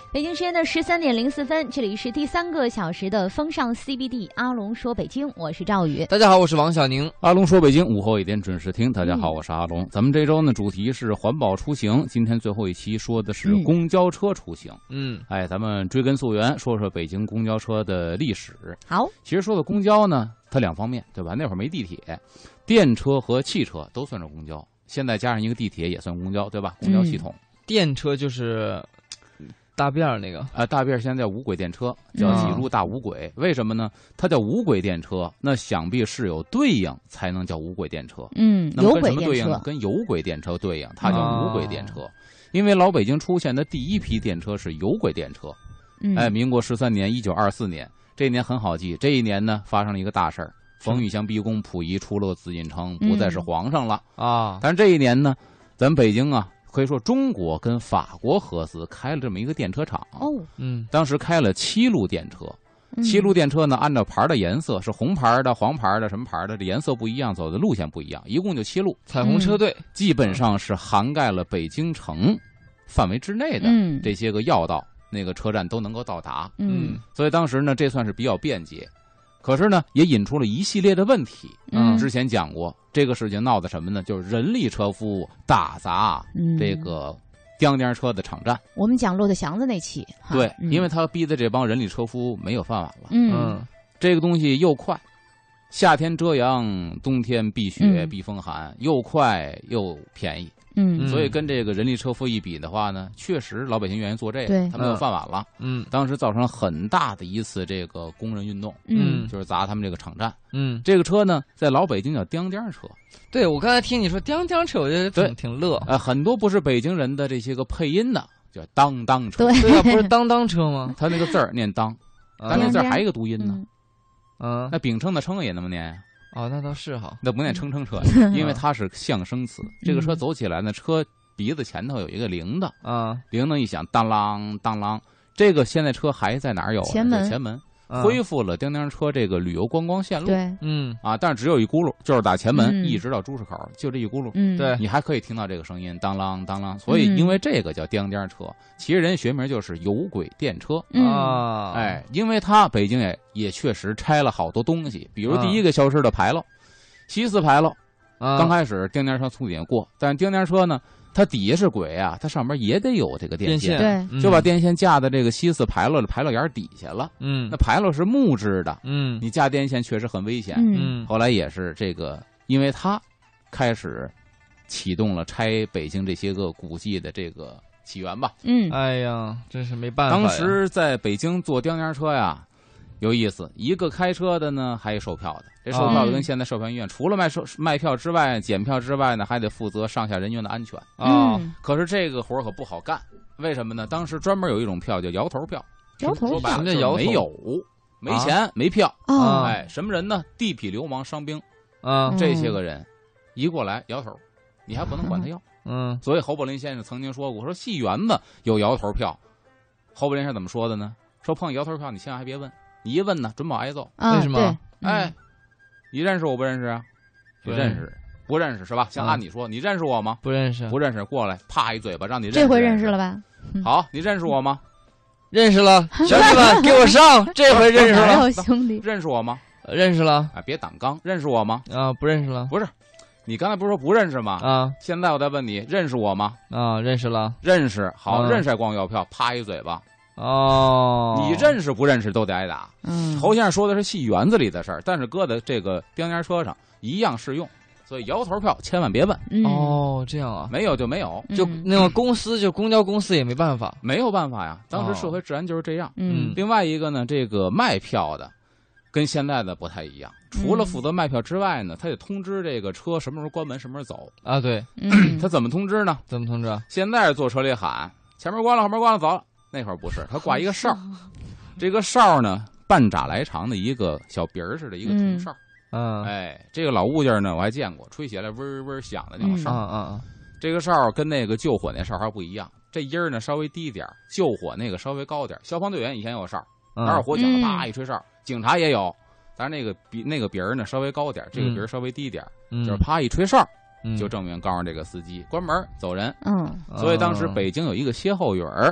北京时间的13:04，这里是第3个小时的风尚 CBD， 阿龙说北京，我是赵宇。 大家好，我是王小宁。 阿龙说北京，午后1点准时听。大家好，我是阿龙。咱们这周呢，主题是环保出行。今天最后一期说的是公交车出行。咱们追根溯源，说说北京公交车的历史。 好， 其实说的公交呢，它两方面，对吧？那会儿没地铁，电车和汽车都算是公交。现在加上一个地铁也算公交，对吧？公交系统。 电车就是大辫儿那个大辫儿现在叫无轨电车，叫几路大无轨。为什么呢？它叫无轨电车，那想必是有对应才能叫无轨电车。那么跟什么对应呢？跟有轨电车对应，它叫无轨电车。因为老北京出现的第一批电车是有轨电车。民国13年，1924年，这一年很好记。这一年呢，发生了一个大事儿，冯玉祥逼宫，溥仪出了紫禁城，不再是皇上了啊。但是这一年呢，咱北京啊，可以说中国跟法国合资开了这么一个电车厂。当时开了7路电车。7路电车呢，按照牌的颜色是红牌的、黄牌的、什么牌的，这颜色不一样，走的路线不一样，一共就7路彩虹车队， 基本上是涵盖了北京城范围之内的这些个要道，那个车站都能够到达。所以当时呢，这算是比较便捷。可是呢，也引出了一系列的问题。之前讲过，这个事情闹的什么呢？就是人力车夫打砸这个颠颠车的场站。 我们讲骆驼祥子那期， 对，因为他逼的这帮人力车夫没有饭碗了。这个东西又快，夏天遮阳，冬天避雪避风寒，又快又便宜。所以跟这个人力车夫一比的话呢，确实老百姓愿意做这个，他没有饭碗了。当时造成很大的一次这个工人运动，就是砸他们这个场站。这个车呢，在老北京叫颠颠车。 对，我刚才听你说颠颠车，我觉得挺乐。 很多不是北京人的这些个配音的，叫当当车。 对啊，不是当当车吗？ 他那个字儿念当，但那字儿还有一个读音呢。那秉称的称也那么念呀。 那倒是哈， 那不念称车，因为它是象声词。这个车走起来呢，车鼻子前头有一个铃铛铃铛一响，当啷当啷。这个现在车还在哪儿有？前门恢复了颠颠车这个旅游观光线路。 对， 但是只有一轱辘，就是打前门一直到朱市口，就这一轱辘。 对， 你还可以听到这个声音，当啷当啷。所以因为这个叫颠颠车，其实人学名就是有轨电车因为它北京也确实拆了好多东西，比如第一个消失的牌楼，西四牌楼，刚开始颠颠车从底下过，但是颠颠车呢，它底下是轨啊，它上面也得有这个电线， 对， 就把电线架在这个西四牌楼的牌楼眼底下了。那牌楼是木质的，你架电线确实很危险。后来也是这个，因为它开始启动了拆北京这些个古迹的这个起源吧。 哎呀，真是没办法呀。 当时在北京坐颠颠车呀，有意思，一个开车的呢，还有售票的。这售票的跟现在售票医院，除了卖票之外，检票之外呢，还得负责上下人员的安全可是这个活可不好干，为什么呢？当时专门有一种票叫摇头票。 摇头说白了就是没有，没钱没票。什么人呢？地痞流氓伤兵这些个人一过来摇头，你还不能管他要。所以侯宝林先生曾经说过，说戏园子有摇头票。侯宝林是怎么说的呢？说碰摇头票你千万还别问，你一问呢准保挨揍。 为什么？ 你认识我不认识啊？你认识不认识是吧？像按你说，你认识我吗？ 不认识， 不认识，过来啪一嘴巴让你认识。 这回认识了吧？ 好，你认识我吗？ 认识了，兄弟们给我上！这回认识了， 兄弟， 认识我吗？ 认识了。 别挡缸，认识我吗？ 不认识了。 不是，你刚才不是说不认识吗？现在我再问你，认识我吗？ 认识了。 认识，好，认识还光要票，啪一嘴巴。你认识不认识都得挨打。侯先生说的是戏园子里的事儿，但是搁在这个颠颠车上一样适用。所以摇头票千万别问。 这样啊， 没有就没有， 就那个公司就公交公司也没办法， 没有办法呀。当时社会治安就是这样。另外一个呢，这个卖票的跟现在的不太一样，除了负责卖票之外呢，他得通知这个车什么时候关门，什么时候走啊。对， 他怎么通知呢？ 怎么通知？ 现在是坐车里喊前面关了，后面关了，走了。那会儿不是，他挂一个哨，这个哨呢半拃来长的一个小鼻儿似的一个铜哨。这个老物件呢我还见过，吹起来嗡嗡响的那种哨。这个哨跟那个救火那哨还不一样，这音儿呢稍微低点，救火那个稍微高点。消防队员以前有哨，哪有火警了啪一吹哨，警察也有，但是那个鼻儿呢稍微高点，这个鼻儿稍微低点，就是啪一吹哨，就证明告诉这个司机关门走人。所以当时北京有一个歇后语儿，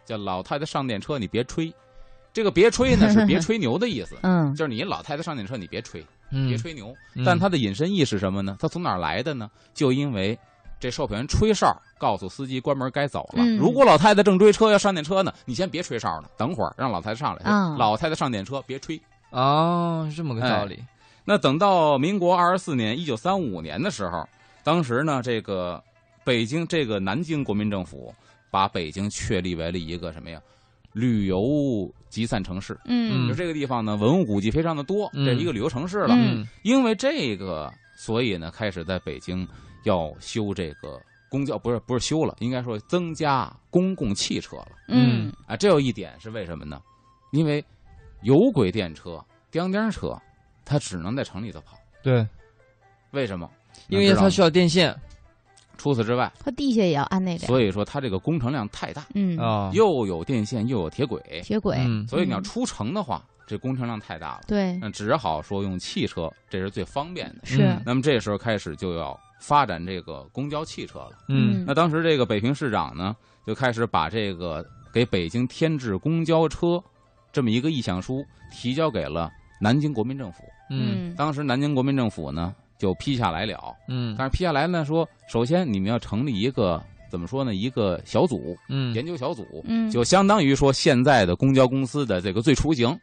叫老太太上电车你别吹。这个别吹呢是别吹牛的意思，就是你老太太上电车你别吹，别吹牛。但它的引申义是什么呢？它从哪儿来的呢？就因为这售票员吹哨告诉司机关门该走了。如果老太太正追车要上电车呢，你先别吹哨了，等会儿让老太太上来。老太太上电车别吹。 哦，是这么个道理。 那等到民国24年1935年的时候，当时呢这个北京这个南京国民政府把北京确立为了一个什么呀？旅游集散城市，就这个地方呢，文物古迹非常的多，这是一个旅游城市了。因为这个，所以呢，开始在北京要修这个公交，不是修了，应该说增加公共汽车了。这有一点是为什么呢？因为有轨电车、颠颠车，它只能在城里头跑。 对， 为什么？ 因为它需要电线。 除此之外， 它地下也要安那点， 所以说它这个工程量太大，又有电线又有铁轨，所以你要出城的话，这工程量太大了， 对， 那只好说用汽车，这是最方便的。 是， 那么这时候开始就要发展这个公交汽车了。那当时这个北平市长呢，就开始把这个给北京添置公交车这么一个意向书提交给了南京国民政府。当时南京国民政府呢，就批下来了，但是批下来呢，说首先你们要成立一个怎么说呢？一个小组，研究小组，就相当于说现在的公交公司的这个最雏形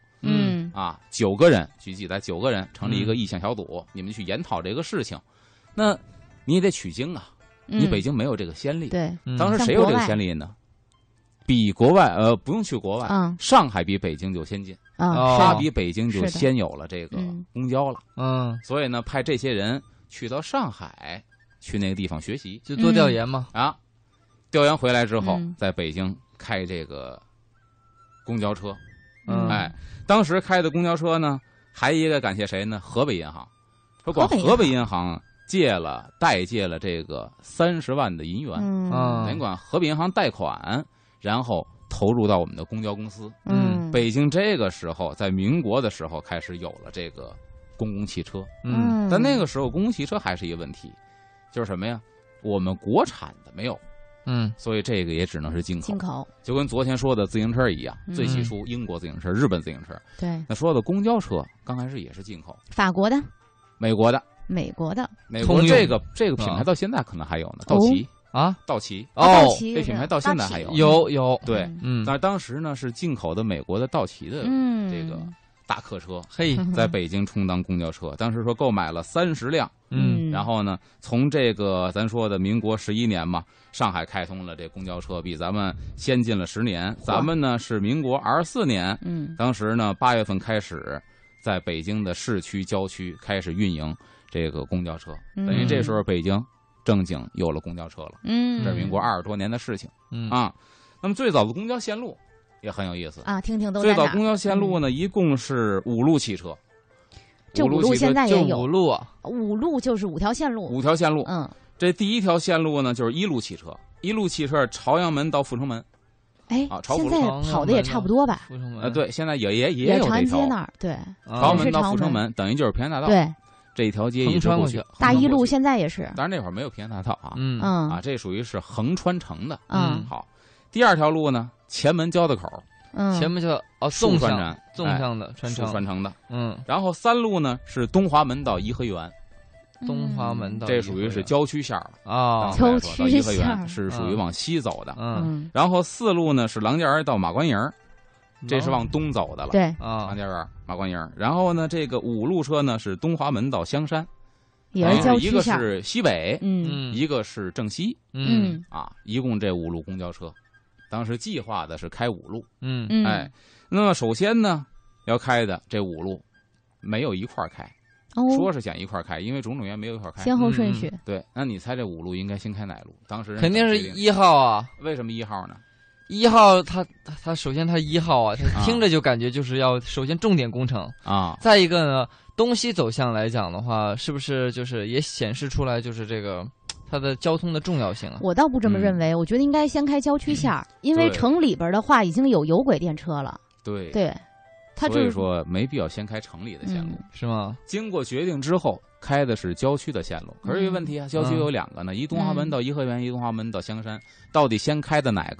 ，9个人，举例来9个人成立一个意向小组，你们去研讨这个事情。那你也得取经啊，你北京没有这个先例， 对， 当时谁有这个先例呢？比国外不用去国外，上海比北京就先进。它比北京就先有了这个公交了，所以呢，派这些人去到上海，去那个地方学习， 就做调研嘛。 调研回来之后，在北京开这个公交车。当时开的公交车呢，还一个感谢谁呢？河北银行，说管河北银行代借了这个30万的银元，尽管河北银行贷款，然后投入到我们的公交公司。北京这个时候在民国的时候开始有了这个公共汽车。但那个时候公共汽车还是一个问题，就是什么呀？我们国产的没有，所以这个也只能是进口。就跟昨天说的自行车一样，最起初英国自行车、日本自行车。 对， 那说的公交车刚开始也是进口， 法国的、 美国的这个品牌到现在可能还有呢，道奇。道奇这品牌到现在还有对，但是当时呢是进口的美国的道奇的这个大客车，在北京充当公交车。当时说购买了30辆，然后呢，从这个咱说的民国11年嘛，上海开通了这公交车，比咱们先进了10年。咱们呢是民国24年，当时呢8月份开始，在北京的市区、郊区开始运营这个公交车，等于这时候北京正经有了公交车了，这是民国20多年的事情，那么最早的公交线路也很有意思啊，听都最早公交线路呢，一共是5路汽车， 这5路现在也有 5路啊 ，5路就是5条线路 ，5条线路，这第一条线路呢就是1路汽车，1路汽车朝阳门到阜成门， 现在跑的也差不多吧？ 对，现在也有长安这条， 街那儿，对， 朝阳门到阜成门，等于就是平安大道， 对。 这一条街一直过去， 大一路现在也是， 当然那会儿没有平安大道啊，这属于是横穿城的。好，第2条路呢，前门交道口， 前门叫纵向的穿城的， 然后3路呢是东华门到颐和园， 东华门到这属于是郊区线了郊区颐和园是属于往西走的，然后4路呢是郎家园到马官营。这是往东走的了， 对郎家园、马官营。然后呢，这个5路车呢是东华门到香山， 也是郊区线， 一个是西北，一个是正西，一共这5路公交车。当时计划的是开5路，那么首先呢要开的这5路没有一块开，说是想一块开，因为种种原因没有一块开， 先后顺序。 对，那你猜这5路应该先开哪路？当时肯定是1号啊， 为什么1号呢 ？1号他首先他1号啊，他听着就感觉就是要首先重点工程啊。 再一个呢，东西走向来讲的话，是不是就是也显示出来就是这个它的交通的重要性啊？ 我倒不这么认为，我觉得应该先开郊区线，因为城里边的话已经有轨电车了。对， 所以说没必要先开城里的线路， 是吗？ 经过决定之后，开的是郊区的线路。可是有问题啊，郊区有2个呢，一东华门到颐和园，一东华门到香山，到底先开的哪个？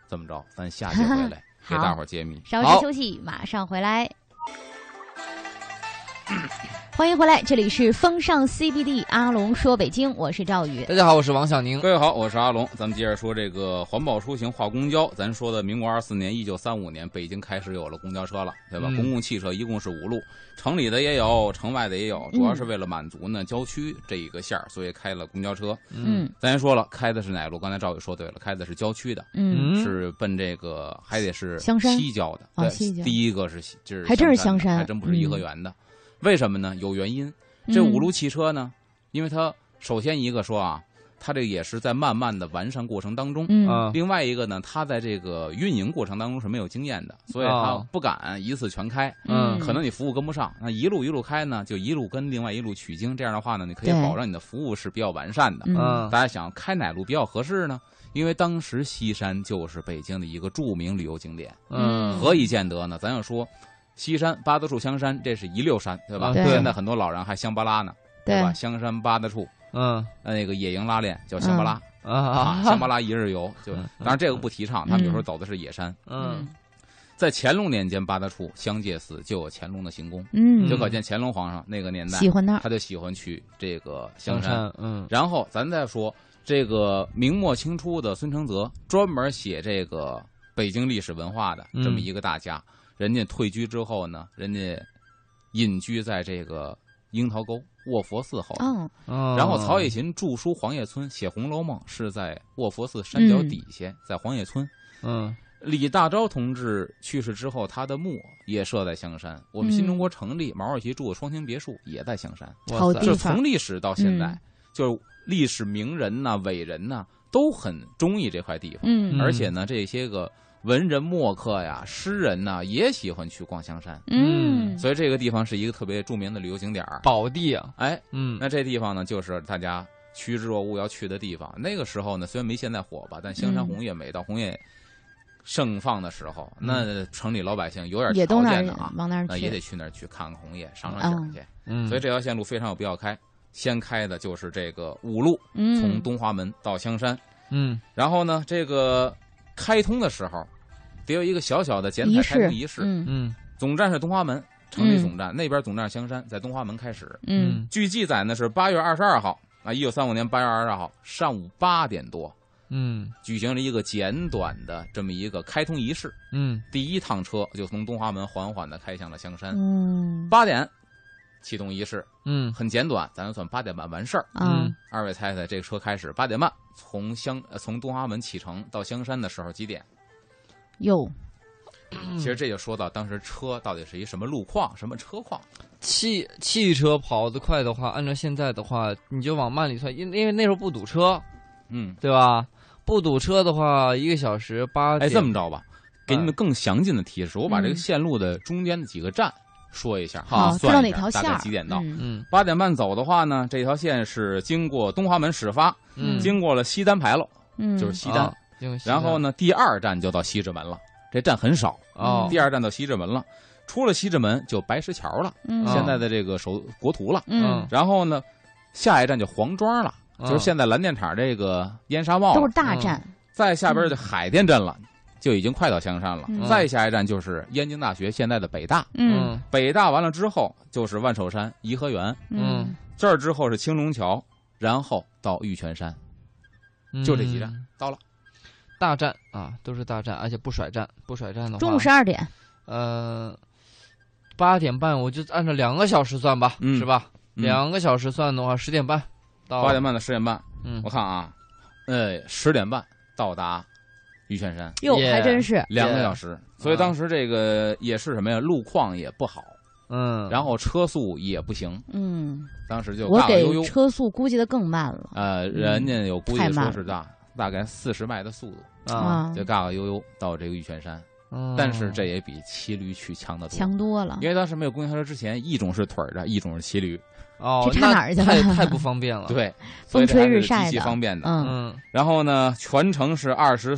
这么着，咱下节回来给大伙儿揭秘。 稍事休息，马上回来。欢迎回来，这里是风尚 CBD， 阿龙说北京，我是赵宇。 大家好，我是王小宁。 各位好，我是阿龙。咱们接着说这个环保出行划公交。咱说的民国24年1935年，北京开始有了公交车了，对吧？公共汽车一共是5路，城里的也有，城外的也有，主要是为了满足呢郊区这一个线儿，所以开了公交车。咱先说了，开的是哪路？刚才赵宇说对了，开的是郊区的，是奔这个还得是香山西郊的。对，第一个是就是还真是香山， 还真不是颐和园的。为什么呢？有原因。这5路汽车呢，因为它首先一个说啊，它这也是在慢慢的完善过程当中，另外一个呢，它在这个运营过程当中是没有经验的，所以它不敢一次全开，可能你服务跟不上，那一路一路开呢，就一路跟另外一路取经，这样的话呢，你可以保证你的服务是比较完善的。大家想开哪路比较合适呢？因为当时西山就是北京的一个著名旅游景点，何以见得呢？咱要说。西山八大处香山，这是一溜山，对吧？现在很多老人还香巴拉呢，对吧？香山八大处，那个野营拉练叫香巴拉香巴拉一日游，就当然这个不提倡，他们有时候走的是野山。在乾隆年间，八大处香界寺就有乾隆的行宫，就可见乾隆皇上那个年代喜欢他就喜欢去这个香山。然后咱再说这个明末清初的孙承泽，专门写这个北京历史文化的这么一个大家。人家退居之后呢，人家隐居在这个樱桃沟卧佛寺后头。然后曹雪芹著书黄叶村，写《红楼梦》是在卧佛寺山脚底下，在黄叶村。李大钊同志去世之后，他的墓也设在香山。我们新中国成立，毛主席住的双清别墅也在香山。是从历史到现在，就是历史名人呐、伟人呐，都很中意这块地方。而且呢，这些个文人墨客呀、诗人呐，也喜欢去逛香山。所以这个地方是一个特别著名的旅游景点， 宝地啊。 那这地方呢，就是大家趋之若鹜要去的地方。那个时候呢，虽然没现在火吧，但香山红叶每到红叶盛放的时候，那城里老百姓有点条件的啊，那也得去那儿去看看红叶，赏赏景去。所以这条线路非常有必要开。先开的就是这个5路，从东华门到香山。然后呢，这个开通的时候得有一个小小的剪彩开通仪式。总站是东华门，城里总站，那边总站香山，在东华门开始。据记载呢是8月22号啊，1935年8月22号上午8点多，举行了一个简短的这么一个开通仪式。第一趟车就从东华门缓缓的开向了香山。8点启动仪式，很简短，咱就算8点半完事儿。二位猜猜这个车开始8点半从东华门启程到香山的时候几点？ 哟， 其实这就说到当时车到底是一什么路况、什么车况。 汽车跑得快的话，按照现在的话，你就往慢里算，因为那时候不堵车，对吧？不堵车的话，1个小时8点。 这么着吧，给你们更详尽的提示，我把这个线路的中间的几个站说一下， 好，知道哪条线， 大概几点到？8点半走的话呢，这条线是经过东华门始发，经过了西单牌楼，就是西单，然后呢，第2站就到西直门了，这站很少第2站到西直门了，出了西直门就白石桥了，现在的这个国图了，然后呢，下一站就黄庄了，就是现在蓝电厂这个燕莎帽， 都是大站， 再下边就海淀镇了。就已经快到香山了，再下一站就是燕京大学，现在的北大。北大完了之后就是万寿山、颐和园。这儿之后是青龙桥，然后到玉泉山，就这几站到了。 大站啊，都是大站，而且不甩站。不甩站的话， 中午12点。 8点半我就按照2个小时算吧，是吧？2个小时算的话，10点半到。8 点半到10点半。我看啊，10点半到达玉泉山。 哟，还真是 2个小时。所以当时这个也是什么呀？路况也不好。然后车速也不行。当时就我给车速估计的更慢了。 人家有估计说是大概40迈的速度啊，就嘎嘎悠悠到这个玉泉山。 但是这也比骑驴去强得多， 强多了。 因为当时没有公交车之前，一种是腿的，一种是骑驴。 哦， 这差哪儿去了？ 太不方便了。 对， 风吹日晒的， 极其方便的。然后呢，全程是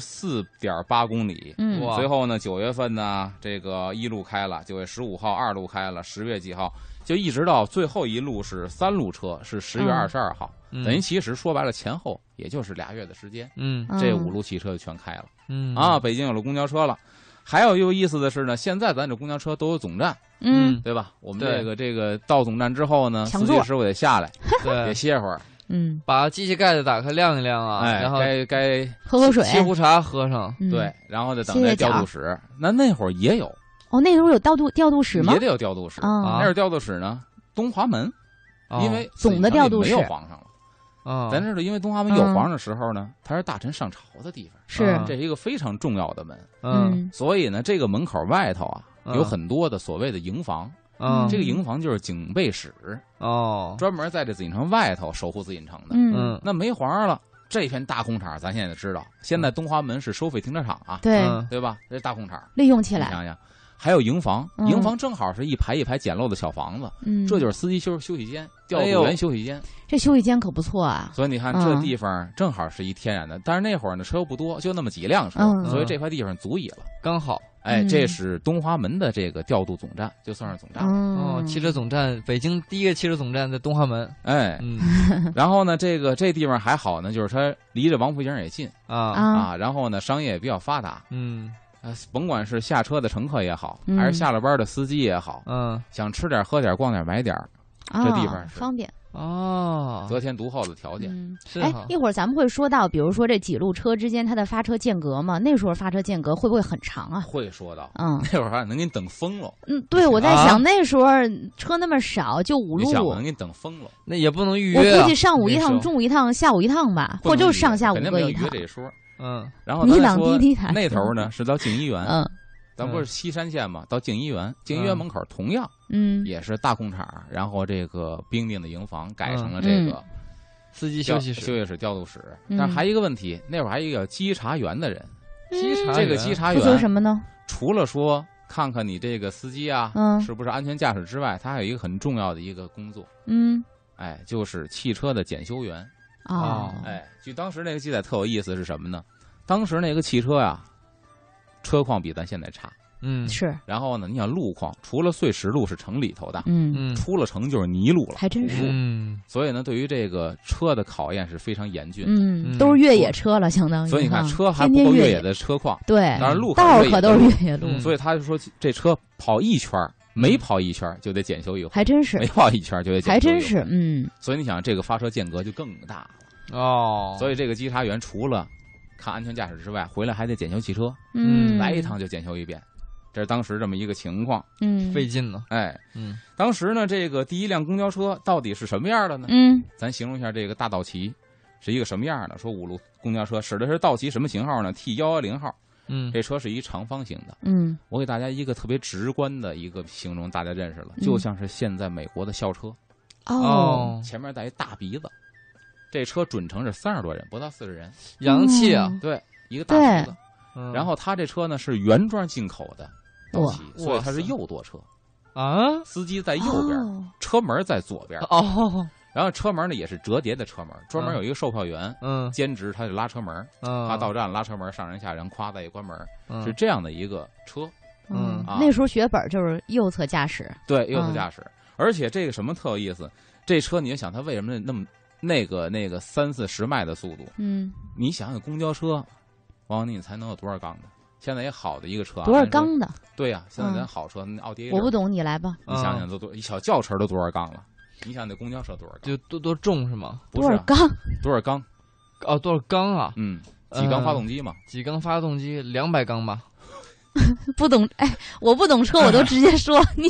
24.8公里。随后呢，9月份呢，这个1路开了，9月15号2路开了，10月几号，就一直到最后一路是3路车，是10月22号。等于其实说白了，前后也就是2月的时间。这5路汽车就全开了。北京有了公交车了。还有意思的是呢，现在咱这公交车都有总站，对吧？我们这个到总站之后呢，司机师傅得下来，得歇会儿， 把机器盖子打开晾一晾啊，然后该喝水， 沏壶茶喝上， 对，然后再等待调度室。那会儿也有那时候有调度室吗？ 也得有调度室。那会儿调度室呢，东华门，因为总的调度室没有皇上了。咱知道，因为东华门有皇上的时候呢，它是大臣上朝的地方， 是这是一个非常重要的门。所以呢，这个门口外头啊，有很多的所谓的营房。这个营房就是警备室专门在这紫禁城外头守护紫禁城的。那没皇上了，这片大空场，咱现在知道，现在东华门是收费停车场啊，对吧？这大空场利用起来， 你想想。还有营房，营房正好是一排一排简陋的小房子，这就是司机休息间、调度员休息间。 这休息间可不错啊！ 所以你看，这地方正好是一天然的。但是那会儿呢，车又不多，就那么几辆车，所以这块地方足矣了， 刚好。 这是东华门的这个调度总站，就算是总站。 汽车总站，北京第一个汽车总站在东华门。 然后呢，这地方还好呢，就是它离着王府井也近然后呢，商业也比较发达。甭管是下车的乘客也好，还是下了班的司机也好，想吃点、喝点、逛点、买点，这地方是方便得天独厚的条件。 一会儿咱们会说到，比如说这几路车之间它的发车间隔嘛，那时候发车间隔会不会很长啊？ 会说到，那会儿能给你等疯了。 对，我在想那时候车那么少，就5路， 你想能给你等疯了， 那也不能预约。 我估计上午一趟，中午一趟，下午一趟吧，或者就是上下午各一趟。 约这一说。然后咱说那头呢是到静怡园，咱不是西山线嘛，到静怡园，静怡园门口同样，也是大空场，然后这个兵丁的营房改成了这个司机休息室、调度室。但是还有一个问题，那会儿还有一个稽查员的人， 这个稽查员做什么呢？ 除了说看看你这个司机啊，是不是安全驾驶之外，他还有一个很重要的一个工作，就是汽车的检修员。据当时那个记载特有意思是什么呢？当时那个汽车呀，车况比咱现在差， 是。 然后呢，你想路况，除了碎石路是城里头的，出了城就是泥路了， 还真是。 所以呢，对于这个车的考验是非常严峻的， 都是越野车了，相当于。 所以你看，车还不够越野的车况， 对， 当然路道可都是越野路， 所以他就说这车跑一圈。没跑一圈就得检修一回， 还真是没跑一圈就得检修一回， 还真是。 所以你想，这个发车间隔就更大了所以这个稽查员除了看安全驾驶之外，回来还得检修汽车，来一趟就检修一遍，这是当时这么一个情况， 费劲呢。 当时呢，这个第一辆公交车到底是什么样的呢？咱形容一下这个大道奇是一个什么样的？说5路公交车使的是道奇什么型号呢 ？T110号。这车是一长方形的。我给大家一个特别直观的一个形容，大家认识了，就像是现在美国的校车。前面带一大鼻子，这车准乘是30多人，不到40人， 洋气啊！ 对，一个大鼻子。然后它这车呢是原装进口的道奇，所以它是右舵车司机在右边，车门在左边。然后车门呢也是折叠的车门，专门有一个售票员，兼职他就拉车门，他到站拉车门，上人下人，咵再一关门，是这样的一个车。 那时候学本就是右侧驾驶， 对，右侧驾驶。而且这个什么特有意思，这车你就想它为什么那么那个30-40迈的速度？你想想公交车，王你才能有多少缸的？现在也好的一个车多少缸的？ 对呀，现在咱好车，奥迪 A6， 我不懂，你来吧。 你想想一小轿车都多少缸了？你想那公交车多少缸？ 就多重是吗？ 不是， 多少缸？ 多少缸？ 多少缸啊？ 几缸发动机嘛？ 几缸发动机？200缸吧。 不懂，我不懂车，我都直接说你。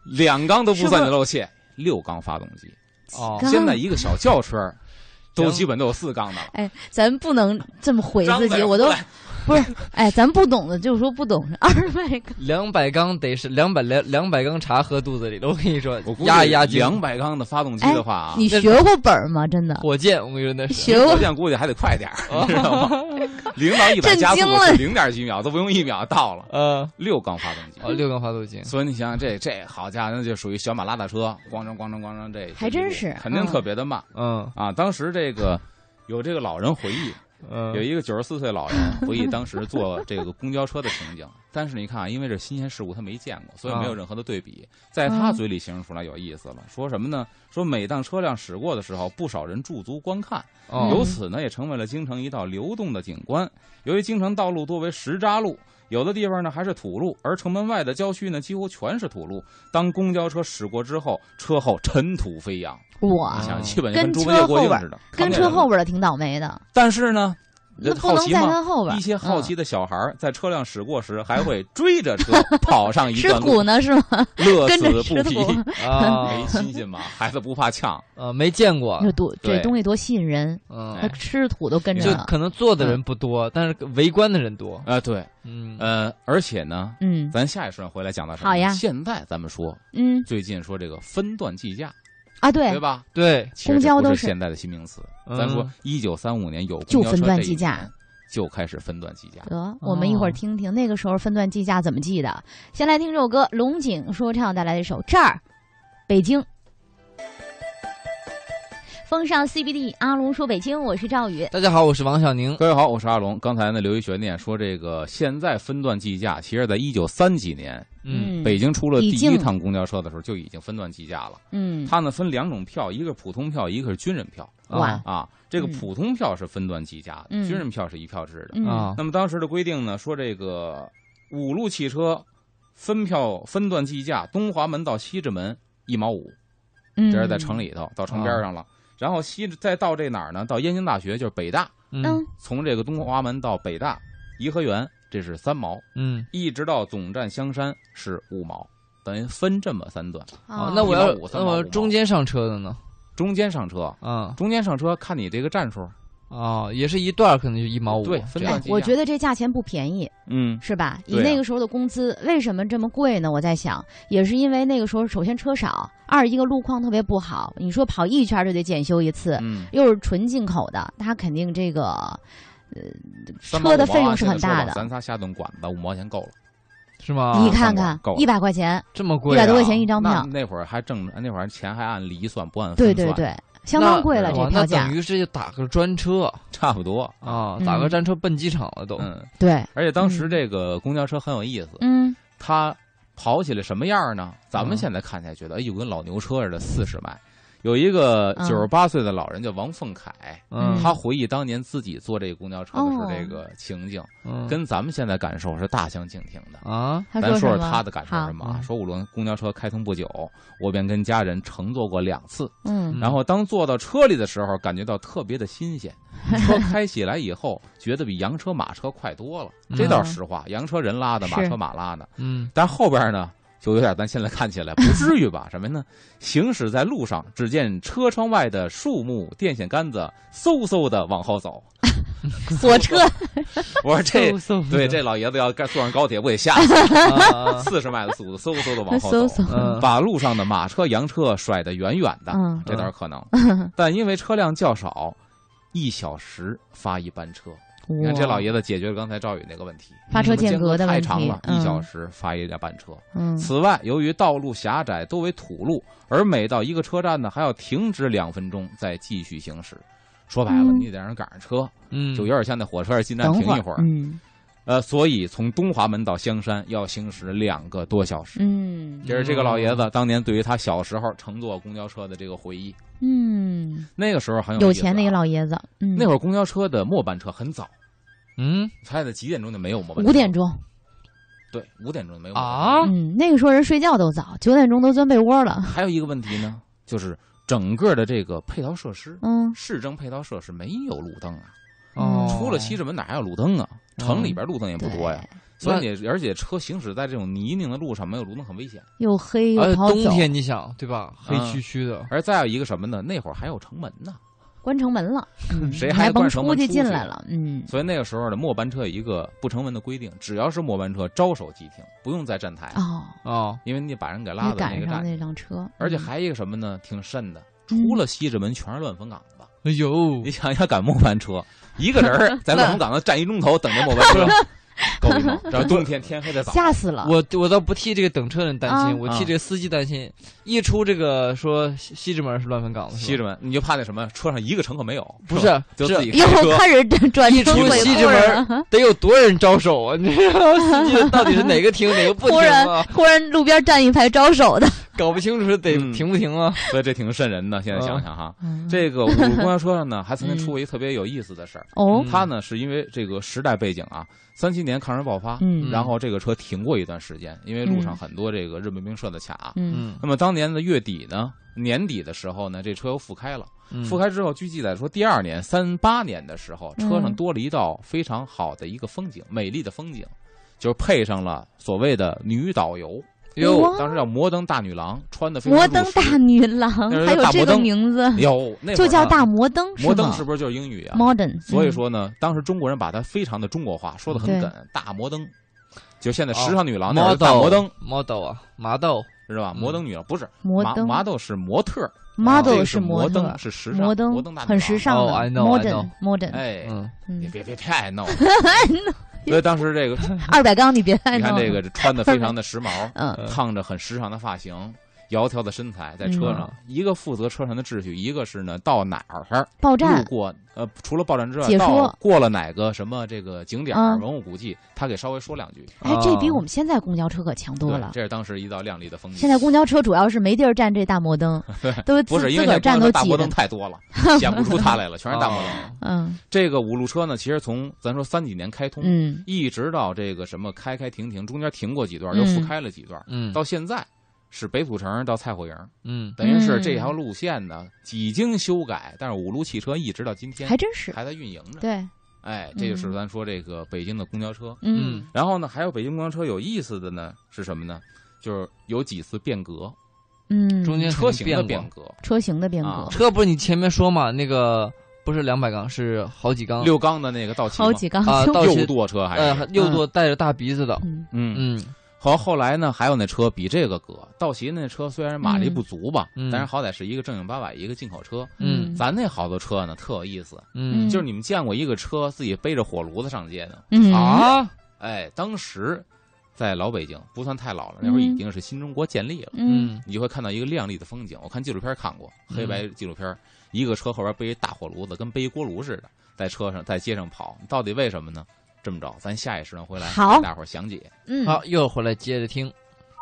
2缸都不算你漏气，6缸发动机。现在一个小轿车都基本都有4缸的了。 咱不能这么毁自己，我都不是，哎，咱不懂的就说不懂，200 缸，200缸得是200缸茶喝肚子里了。我跟你说， 我压一压 200缸的发动机的话啊， 你学过本吗？真的？ 火箭，我跟你说那是学过火箭，估计还得快点，你知道吗？0到100加速是0.几秒，都不用1秒到了。6缸发动机 ，6缸发动机。 所以你想想，这好家伙，那就属于小马拉大车，咣当，这还真是肯定特别的慢。当时这个有这个老人回忆。有一个94岁老人回忆当时坐这个公交车的情景，但是你看，因为这新鲜事物他没见过，所以没有任何的对比。在他嘴里形容出来有意思了，说什么呢？说每当车辆驶过的时候，不少人驻足观看，由此呢也成为了京城一道流动的景观。由于京城道路多为石渣路，有的地方呢还是土路，而城门外的郊区呢几乎全是土路。当公交车驶过之后，车后尘土飞扬。 哇， 想基本就跟猪八戒过境似的， 跟车后边的挺倒霉的。 但是呢， 那不能在他后边。 一些好奇的小孩在车辆驶过时，还会追着车跑上一段路。 吃土呢是吗？ 乐此不疲啊！没新鲜嘛，孩子不怕呛没见过。 这东西多吸引人，他吃土都跟着。 就可能坐的人不多，但是围观的人多啊。对，而且呢，咱下一瞬回来讲到什么？ 好呀。 现在咱们说，最近说这个分段计价。 啊，对吧？ 对， 公交都是现在的新名词。咱说1935年有公交车分段计价， 就开始分段计价。 得，我们一会儿听听那个时候分段计价怎么计的。先来听这首歌，龙井说唱带来的一首《这儿北京》。风尚 CBD， 阿龙说北京，我是赵宇。 大家好，我是王小宁。 各位好，我是阿龙。刚才呢，刘一玄念说这个现在分段计价，其实在1930几年，北京出了第一趟公交车的时候就已经分段计价了。它呢分2种票，一个是普通票，一个是军人票。这个普通票是分段计价的，军人票是一票制的。那么当时的规定呢，说这个5路汽车分段计价，东华门到西直门1毛5，这是在城里头，到城边上了。然后再到这哪儿呢？到燕京大学，就是北大。从这个东华门到北大颐和园，这是3毛。一直到总站香山是5毛，等于分这么3段。 那我中间上车的呢？ 中间上车，中间上车看你这个站数。 也是一段可能就1毛5。 对，分段计价。 我觉得这价钱不便宜，是吧？以那个时候的工资，为什么这么贵呢？我在想，也是因为那个时候首先车少，一个路况特别不好，你说跑一圈就得检修一次，又是纯进口的，它肯定这个车的费用是很大的。 咱仨下顿馆子5毛钱够了。 是吗？ 你看看，100块钱， 这么贵 ，100多块钱一张票。 那会儿还那会儿钱还按厘算，不按分算。对，相当贵了，这票价。 那等于是就打个专车， 差不多打个专车奔机场了都。 对。 而且当时这个公交车很有意思，它跑起来什么样呢？咱们现在看起来觉得，哎呦，跟老牛车似的，40迈。有一个98岁的老人叫王凤凯，他回忆当年自己坐这个公交车的时候，这个情景，跟咱们现在感受是大相径庭的啊。 咱说说他的感受是什么？说无论公交车开通不久，我便跟家人乘坐过2次，然后当坐到车里的时候，感觉到特别的新鲜。车开起来以后，觉得比洋车马车快多了，这倒是实话。洋车人拉的，马车马拉的，但后边呢？就有点咱现在看起来不至于吧？什么呢？行驶在路上，只见车窗外的树木、电线杆子嗖嗖的往后走。 火车， 我说对，这老爷子要坐上高铁，不得吓死？40迈的速度，嗖嗖的往后走，把路上的马车、洋车甩得远远的，这倒是可能。但因为车辆较少，1小时发一班车。你看这老爷子解决了刚才赵宇那个问题， 发车间隔的问题， 太长了，1小时发一辆班车。此外，由于道路狭窄，多为土路，而每到一个车站呢，还要停止2分钟，再继续行驶。说白了，你得让人赶上车，就有点像那火车进站停一会儿。所以从东华门到香山要行驶2个多小时。这是这个老爷子当年对于他小时候乘坐公交车的这个回忆。那个时候很有钱的一个老爷子。 那会儿公交车的末班车很早。猜的几点钟就没有末班车？ 5点钟。 对，5点钟就没有啊。 那个时候人睡觉都早，9点钟都钻被窝了。 还有一个问题呢，就是整个的这个配套设施，市政配套设施没有路灯啊。除了西直门哪还有路灯啊？城里边路灯也不多呀。所以而且车行驶在这种泥泞的路上，没有路灯很危险， 又黑又跑走。 冬天你想对吧？黑黢黢的。 而再有一个什么呢？那会儿还有城门呢。 关城门了， 谁还甭出去进来了？ 所以那个时候的末班车有一个不成文的规定，只要是末班车招手即停，不用再站台。因为你把人给拉到那个站， 那辆车。 而且还有一个什么呢？挺甚的，除了西直门，全是乱坟岗子。 哎呦， 你想赶末班车，一个人在乱坟岗子站1钟头等着末班车。够逼吗？这冬天天黑的早， 吓死了。 我倒不替这个等车人担心，我替这个司机担心。一出这个说西直门是乱坟岗子， 西直门你就怕那什么，车上一个乘客没有， 不是就自己开车。又开始转一出西直门得有多少人招手啊？你知道司机到底是哪个停哪个不停啊？ 忽然路边站一排招手的， 搞不清楚是得停不停啊？ 所以这挺瘆人的。现在想想哈，这个五路公交车上呢，还曾经出过一个特别有意思的事儿。它呢是因为这个时代背景啊。37年抗日爆发，然后这个车停过一段时间，因为路上很多这个日本兵设的卡。那么当年的年底的时候呢，这车又复开了。复开之后，据记载说，第2年38年的时候，车上多了一道非常好的一个风景，美丽的风景，就是配上了所谓的女导游。当时叫摩登大女郎，穿的非常摩登大女郎，还有这个名字，就叫大摩登。 摩登是不是就是英语啊 ？Modern。 所以说呢，当时中国人把它非常的中国化，说的很梗，大摩登。就现在时尚女郎那是大摩登 ，model 啊，麻豆是吧？摩登女郎不是麻豆是模特。 model 是摩登，是时尚， 摩登很时尚的 modern。 哎，你别太闹。所以当时这个 200缸，你别太闹。你看这个穿的非常的时髦，烫着很时尚的发型，窈窕的身材，在车上，一个负责车上的秩序，一个是呢到哪儿报站路过，除了报站之外，过了哪个什么这个景点文物古迹，他给稍微说2句。 哎，这比我们现在公交车可强多了。 这是当时一道亮丽的风景。 现在公交车主要是没地儿站这大摩登，都不是因为站都大摩登太多了，显不出它来了，全是大摩登。这个五路车呢，其实从咱说30几年开通，一直到这个什么开停，中间停过几段，又复开了几段，到现在。是北土城到蔡火营，等于是这条路线呢几经修改，但是五路汽车一直到今天还真是还在运营着。 对， 哎，这就是咱说这个北京的公交车。然后呢，还有北京公交车有意思的呢是什么呢？就是有几次变革， 中间车型的变革， 车不是你前面说嘛，那个不是200缸，是好几缸 ，6缸的那个道奇， 好几缸啊， 右舵车还是右舵带着大鼻子的， 后来呢，还有那车比这个革，道奇那车虽然马力不足吧，但是好歹是一个正经八百一个进口车。咱那好多车呢特有意思，就是你们见过一个车自己背着火炉子上街的哎，当时在老北京不算太老了，那会儿已经是新中国建立了。你就会看到一个亮丽的风景。我看纪录片看过，黑白纪录片，一个车后边背一大火炉子，跟背一锅炉似的，在街上跑，到底为什么呢？这么着，咱下一时段回来给大伙儿详解。 好，又回来接着听。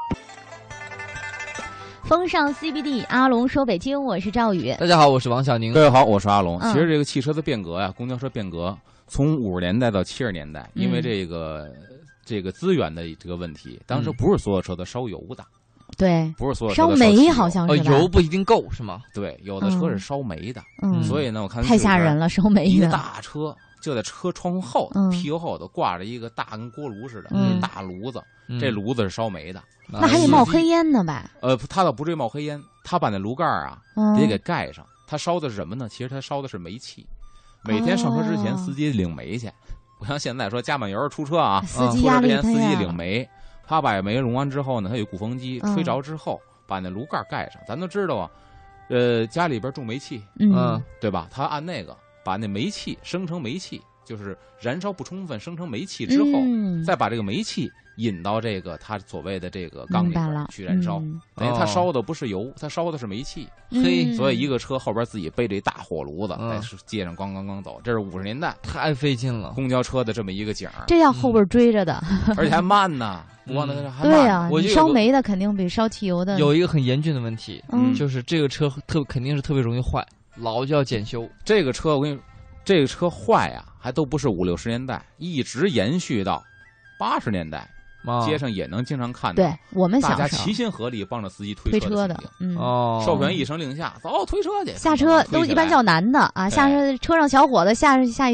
风尚 CBD， 阿龙说北京，我是赵宇。 大家好，我是王小宁。 各位好，我是阿龙。其实这个汽车的变革呀，公交车变革，从50年代到70年代，因为这个资源的这个问题，当时不是所有车都烧油的。 对， 不是所有车烧煤，好像是油不一定够，是吗？ 对，有的车是烧煤的。所以呢，我看太吓人了，烧煤的一个大车。就在车窗户后头，屁股后头挂着一个大跟锅炉似的，大炉子。这炉子是烧煤的， 那还得冒黑烟呢吧？ 它倒不至于冒黑烟，他把那炉盖啊得给盖上。他烧的是什么呢？其实他烧的是煤气。每天上车之前，司机领煤去，不像现在说加满油出车啊， 司机压力出车之前司机领煤，他把煤融完之后呢，他有鼓风机吹着之后，把那炉盖盖上。咱都知道啊，家里边种煤气，对吧？他按那个。把那煤气生成煤气，就是燃烧不充分生成煤气之后，再把这个煤气引到这个他所谓的这个缸里边去燃烧。等于他烧的不是油，他烧的是煤气。所以一个车后边自己背着一大火炉子在街上咣咣咣走，这是50年代太费劲了， 公交车的这么一个景。 这要后边追着的， 而且还慢呢。不光那还慢。 对呀，你烧煤的肯定比烧汽油的有一个很严峻的问题，就是这个车肯定是特别容易坏。老就要检修。 这个车我跟你说，这个车坏呀，还都不是50、60年代，一直延续到80年代，街上也能经常看到。 对，我们大家齐心合力帮着司机推车的。 售票员一声令下，走推车去。 下车都一般叫男的啊，下车车上小伙子下一下，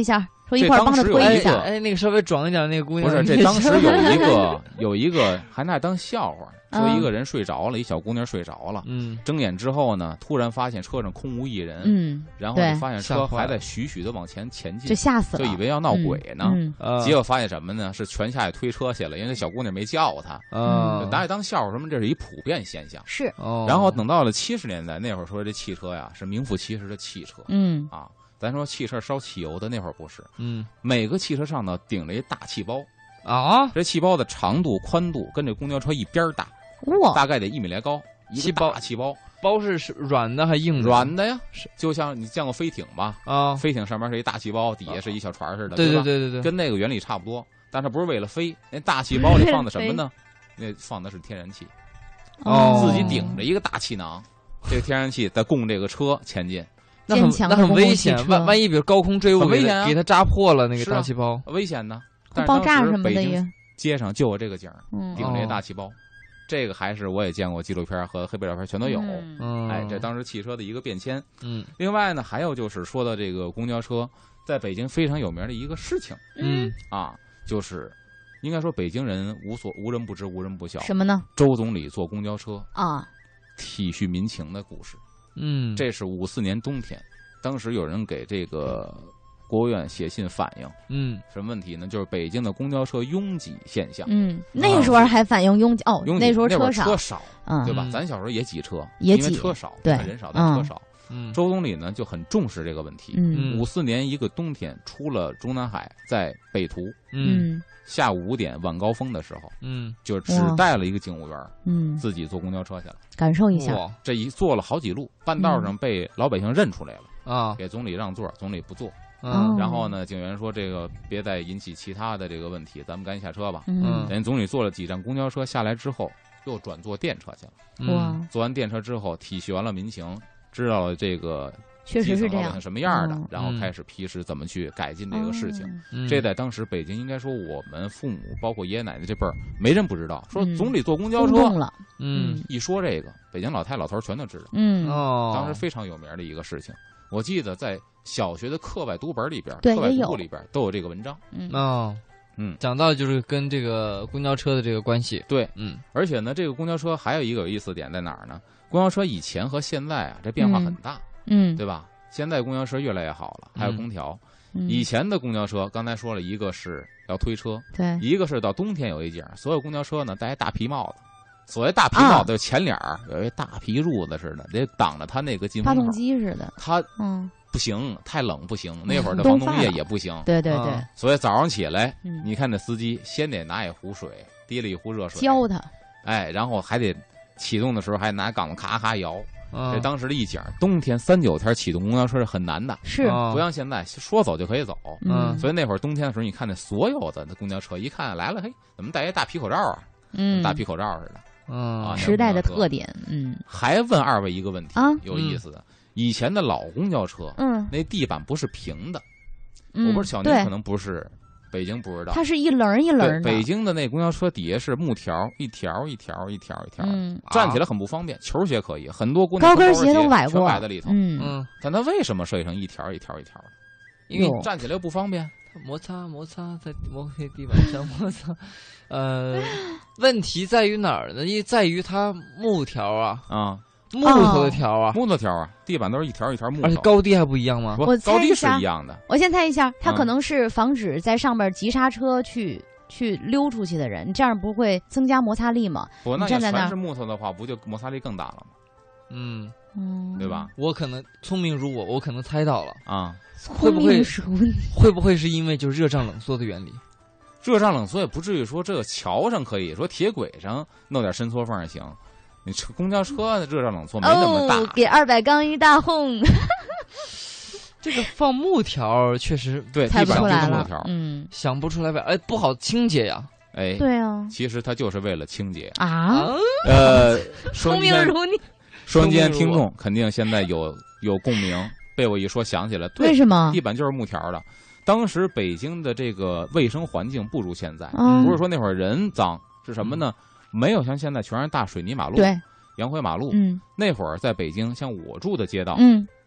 说一块帮着推一下。 哎，那个稍微壮一点那个姑娘， 不是，这当时有一个还拿当笑话。说一个人睡着了，一小姑娘睡着了，睁眼之后呢，突然发现车上空无一人，然后就发现车还在徐徐的往前进， 就吓死了， 就以为要闹鬼呢，结果发现什么呢？是全下去推车去了，因为小姑娘没叫他，拿来当笑话什么，这是一普遍现象。 是， 然后等到了70年代那会儿，说这汽车呀是名副其实的汽车，咱说汽车烧汽油的那会儿不是，每个汽车上呢顶了一大气包啊，这气包的长度、宽度跟这公交车一边大。 哇， 大概得1米来高，一个大气包是软的还硬的？ 软的呀，就像你见过飞艇吧？啊，飞艇上面是一大气包，底下是一小船似的， 对吧？ 对， 跟那个原理差不多，但它不是为了飞。那大气包里放的什么呢？那放的是天然气，自己顶着一个大气囊，这个天然气在供这个车前进， 那很危险。万一比如高空坠物， 危险， 给它扎破了那个大气包， 危险呢。 爆炸什么的也。 街上就有这个景儿，顶着大气包。这个还是我也见过纪录片和黑白照片全都有，哎，这当时汽车的一个变迁。另外呢，还有就是说到这个公交车，在北京非常有名的一个事情，就是应该说北京人无人不知，无人不晓。 什么呢？ 周总理坐公交车啊， 体恤民情的故事。这是54年冬天，当时有人给这个国务院写信反映，什么问题呢？就是北京的公交车拥挤现象。 那个时候还反映拥挤哦，那时候车少，对吧？咱小时候也挤车， 也因为车少， 对， 人少，但车少。周总理呢就很重视这个问题。54年一个冬天，出了中南海，在北图，下午5点晚高峰的时候，就只带了一个警务员，自己坐公交车去了， 感受一下。 这一坐了好几路，半道上被老百姓认出来了啊，给总理让座，总理不坐。然后呢，警员说：“这个别再引起其他的这个问题，咱们赶紧下车吧。”人总理坐了几站公交车下来之后，又转坐电车去了。坐完电车之后，体恤完了民情，知道了这个确实是这样什么样的，然后开始批示怎么去改进这个事情。这在当时北京，应该说我们父母包括爷爷奶奶这辈儿，没人不知道。说总理坐公交车了， 一说这个，北京老太老头全都知道。当时非常有名的一个事情。我记得在小学的课外读本里边，课外读物里边都有这个文章。 讲到就是跟这个公交车的这个关系。 对，而且呢，这个公交车还有一个有意思点在哪儿呢？公交车以前和现在啊，这变化很大，对吧？现在公交车越来越好了，还有空调。以前的公交车，刚才说了一个是要推车， 对， 一个是到冬天有一景，所有公交车呢戴大皮帽子。所谓大皮帽子，前脸有一大皮褥子似的，得挡着它那个进风口。 发动机似的， 它不行，太冷不行。那会儿的防冻液也不行。 对。 所以早上起来，你看那司机先得拿一壶水，滴了一壶热水浇它， 哎，然后还得启动的时候还拿杠子咔咔摇。这当时的一景，冬天39天启动公交车是很难的， 是不像现在说走就可以走。所以那会儿冬天的时候，你看那所有的那公交车，一看来了，嘿，怎么戴一大皮口罩啊？大皮口罩似的。 时代的特点。 还问二位一个问题有意思的。以前的老公交车，那地板不是平的。我不是小宁可能不是，北京不知道， 它是一棱一棱的。 北京的那公交车底下是木条，一条一条一条一条，站起来很不方便。球鞋可以，很多姑娘高跟鞋都崴过， 全崴在里头。但它为什么设计成一条一条一条的？因为站起来又不方便。 摩擦在地板上摩擦，问题在于哪儿呢？在于它木条木头的条木头条地板都是一条一条木头， 而且高低还不一样吗？ 高低是一样的。 我先猜一下，它可能是防止在上面急刹车去溜出去的人，你这样不会增加摩擦力吗？ 不，那全是木头的话，不就摩擦力更大了吗？对吧？ 我可能聪明如我可能猜到了啊。 会不会是因为就是热胀冷缩的原理？ 热胀冷缩也不至于说这个桥上可以说铁轨上弄点伸缩缝也行，你公交车的热胀冷缩没那么大。 给200缸一大轰。 这个放木条确实对，地板就是木条， 想不出来吧？哎，不好清洁呀。 哎， 对啊， 其实它就是为了清洁啊。 聪明如你， 收音机听众肯定现在有共鸣。被我一说想起来，对， 为什么？ 地板就是木条的。当时北京的这个卫生环境不如现在，不是说那会儿人脏，是什么呢？没有像现在全是大水泥马路， 对， 洋灰马路。那会儿在北京，像我住的街道，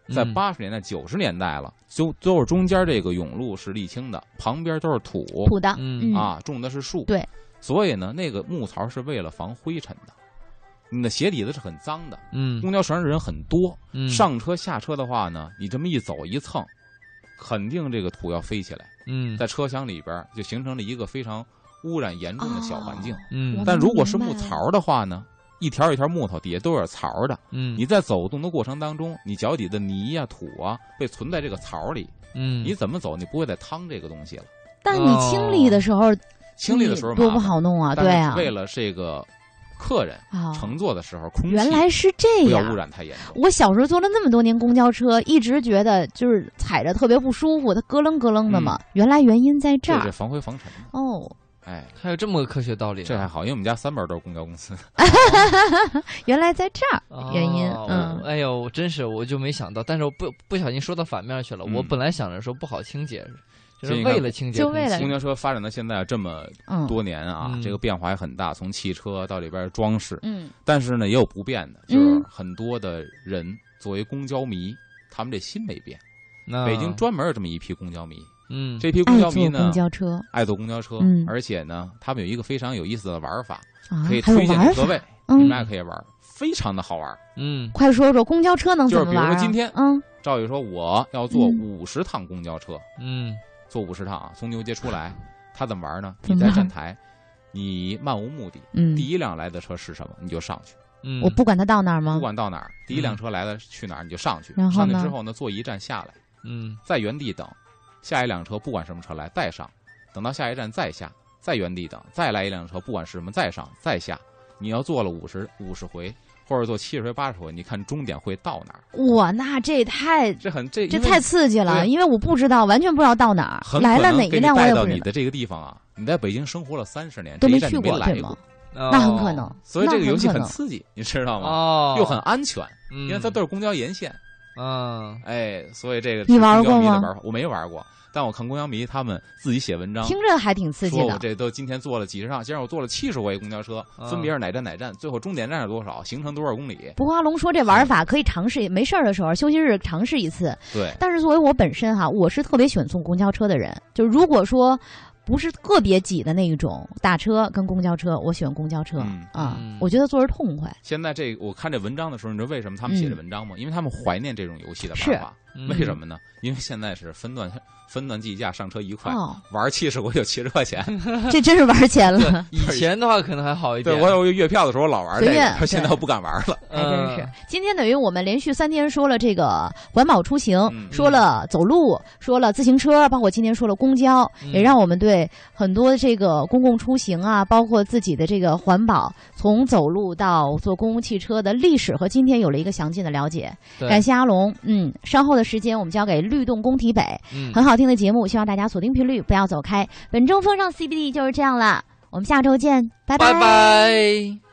在80年代、90年代了，都是中间这个甬路是沥青的，旁边都是土的， 种的是树。 对， 所以呢，那个木槽是为了防灰尘的。你的鞋底子是很脏的，公交船上人很多，上车下车的话呢，你这么一走一蹭，肯定这个土要飞起来，在车厢里边就形成了一个非常污染严重的小环境。但如果是木槽的话呢，一条一条木头底下都是槽的，你在走动的过程当中，你脚底的泥啊、土啊被存在这个槽里，你怎么走你不会再趟这个东西了。 但你清理的时候多不好弄啊，对啊。 为了这个客人乘坐的时候，空气原来是这样， 不要污染太严重。 我小时候坐了那么多年公交车，一直觉得就是踩着特别不舒服，它咯楞咯楞的嘛。原来原因在这儿， 这防灰防尘哦。 还有这么个科学道理， 这还好，因为我们家3门都是公交公司。 原来在这儿原因， 哎呦，真是我就没想到，但是我不小心说到反面去了。我本来想着说不好清洁。就是为了清洁， 就为了公交车发展到现在这么多年啊，这个变化也很大，从汽车到里边装饰，但是呢也有不变的，就是很多的人作为公交迷，他们这心没变。北京专门有这么一批公交迷，这批公交迷呢爱坐公交车，而且呢他们有一个非常有意思的玩法，可以推荐给各位，你们也可以玩，非常的好玩。 快说说公交车能怎么玩？ 就是比如说今天，赵宇说我要坐50趟公交车，坐50趟啊，从牛街出来，他怎么玩呢？你在站台，你漫无目的，第一辆来的车是什么，你就上去。 我不管他到哪儿吗？ 不管到哪儿，第一辆车来了去哪儿你就上去。上去之后呢，坐一站下来，在原地等，下一辆车不管什么车来再上，等到下一站再下，在原地等，再来一辆车不管是什么再上再下。你要坐了50回。或者坐70回80回，你看终点会到哪儿？ 哇，那这太刺激了，因为我不知道，完全不知道到哪儿。来了哪一辆我也不知道。 到你的这个地方啊，你在北京生活了30年， 都没去过， 对吗？ 那很可能。 所以这个游戏很刺激，你知道吗？又很安全，因为它都是公交沿线。所以这个你玩过吗？ 我没玩过。但我看公交迷他们自己写文章， 听着还挺刺激的。 说我这都今天坐了几十趟，今天我坐了70回公交车，分别是哪站，最后终点站是多少，行程多少公里。 不过阿龙说这玩法可以尝试，没事的时候休息日尝试一次。 对。 但是作为我本身哈，我是特别喜欢坐公交车的人，就如果说不是个别挤的那一种大车跟公交车，我喜欢公交车我觉得坐着痛快。 现在我看这文章的时候，你知道为什么他们写这文章吗？因为他们怀念这种游戏的玩法。为什么呢？因为现在是分段计价，上车1块，玩70回就70块钱， 这真是玩钱了。 以前的话可能还好一点。 对，我有月票的时候我老玩这个，现在我不敢玩了。 还真是。今天等于我们连续3天说了这个环保出行，说了走路，说了自行车，包括今天说了公交，也让我们对很多这个公共出行啊，包括自己的这个环保，从走路到坐公共汽车的历史和今天有了一个详尽的了解。感谢阿龙。稍后的时间我们交给律动工体北，很好听的节目，希望大家锁定频率，不要走开。本周风尚 CBD 就是这样了，我们下周见，拜拜。 拜拜。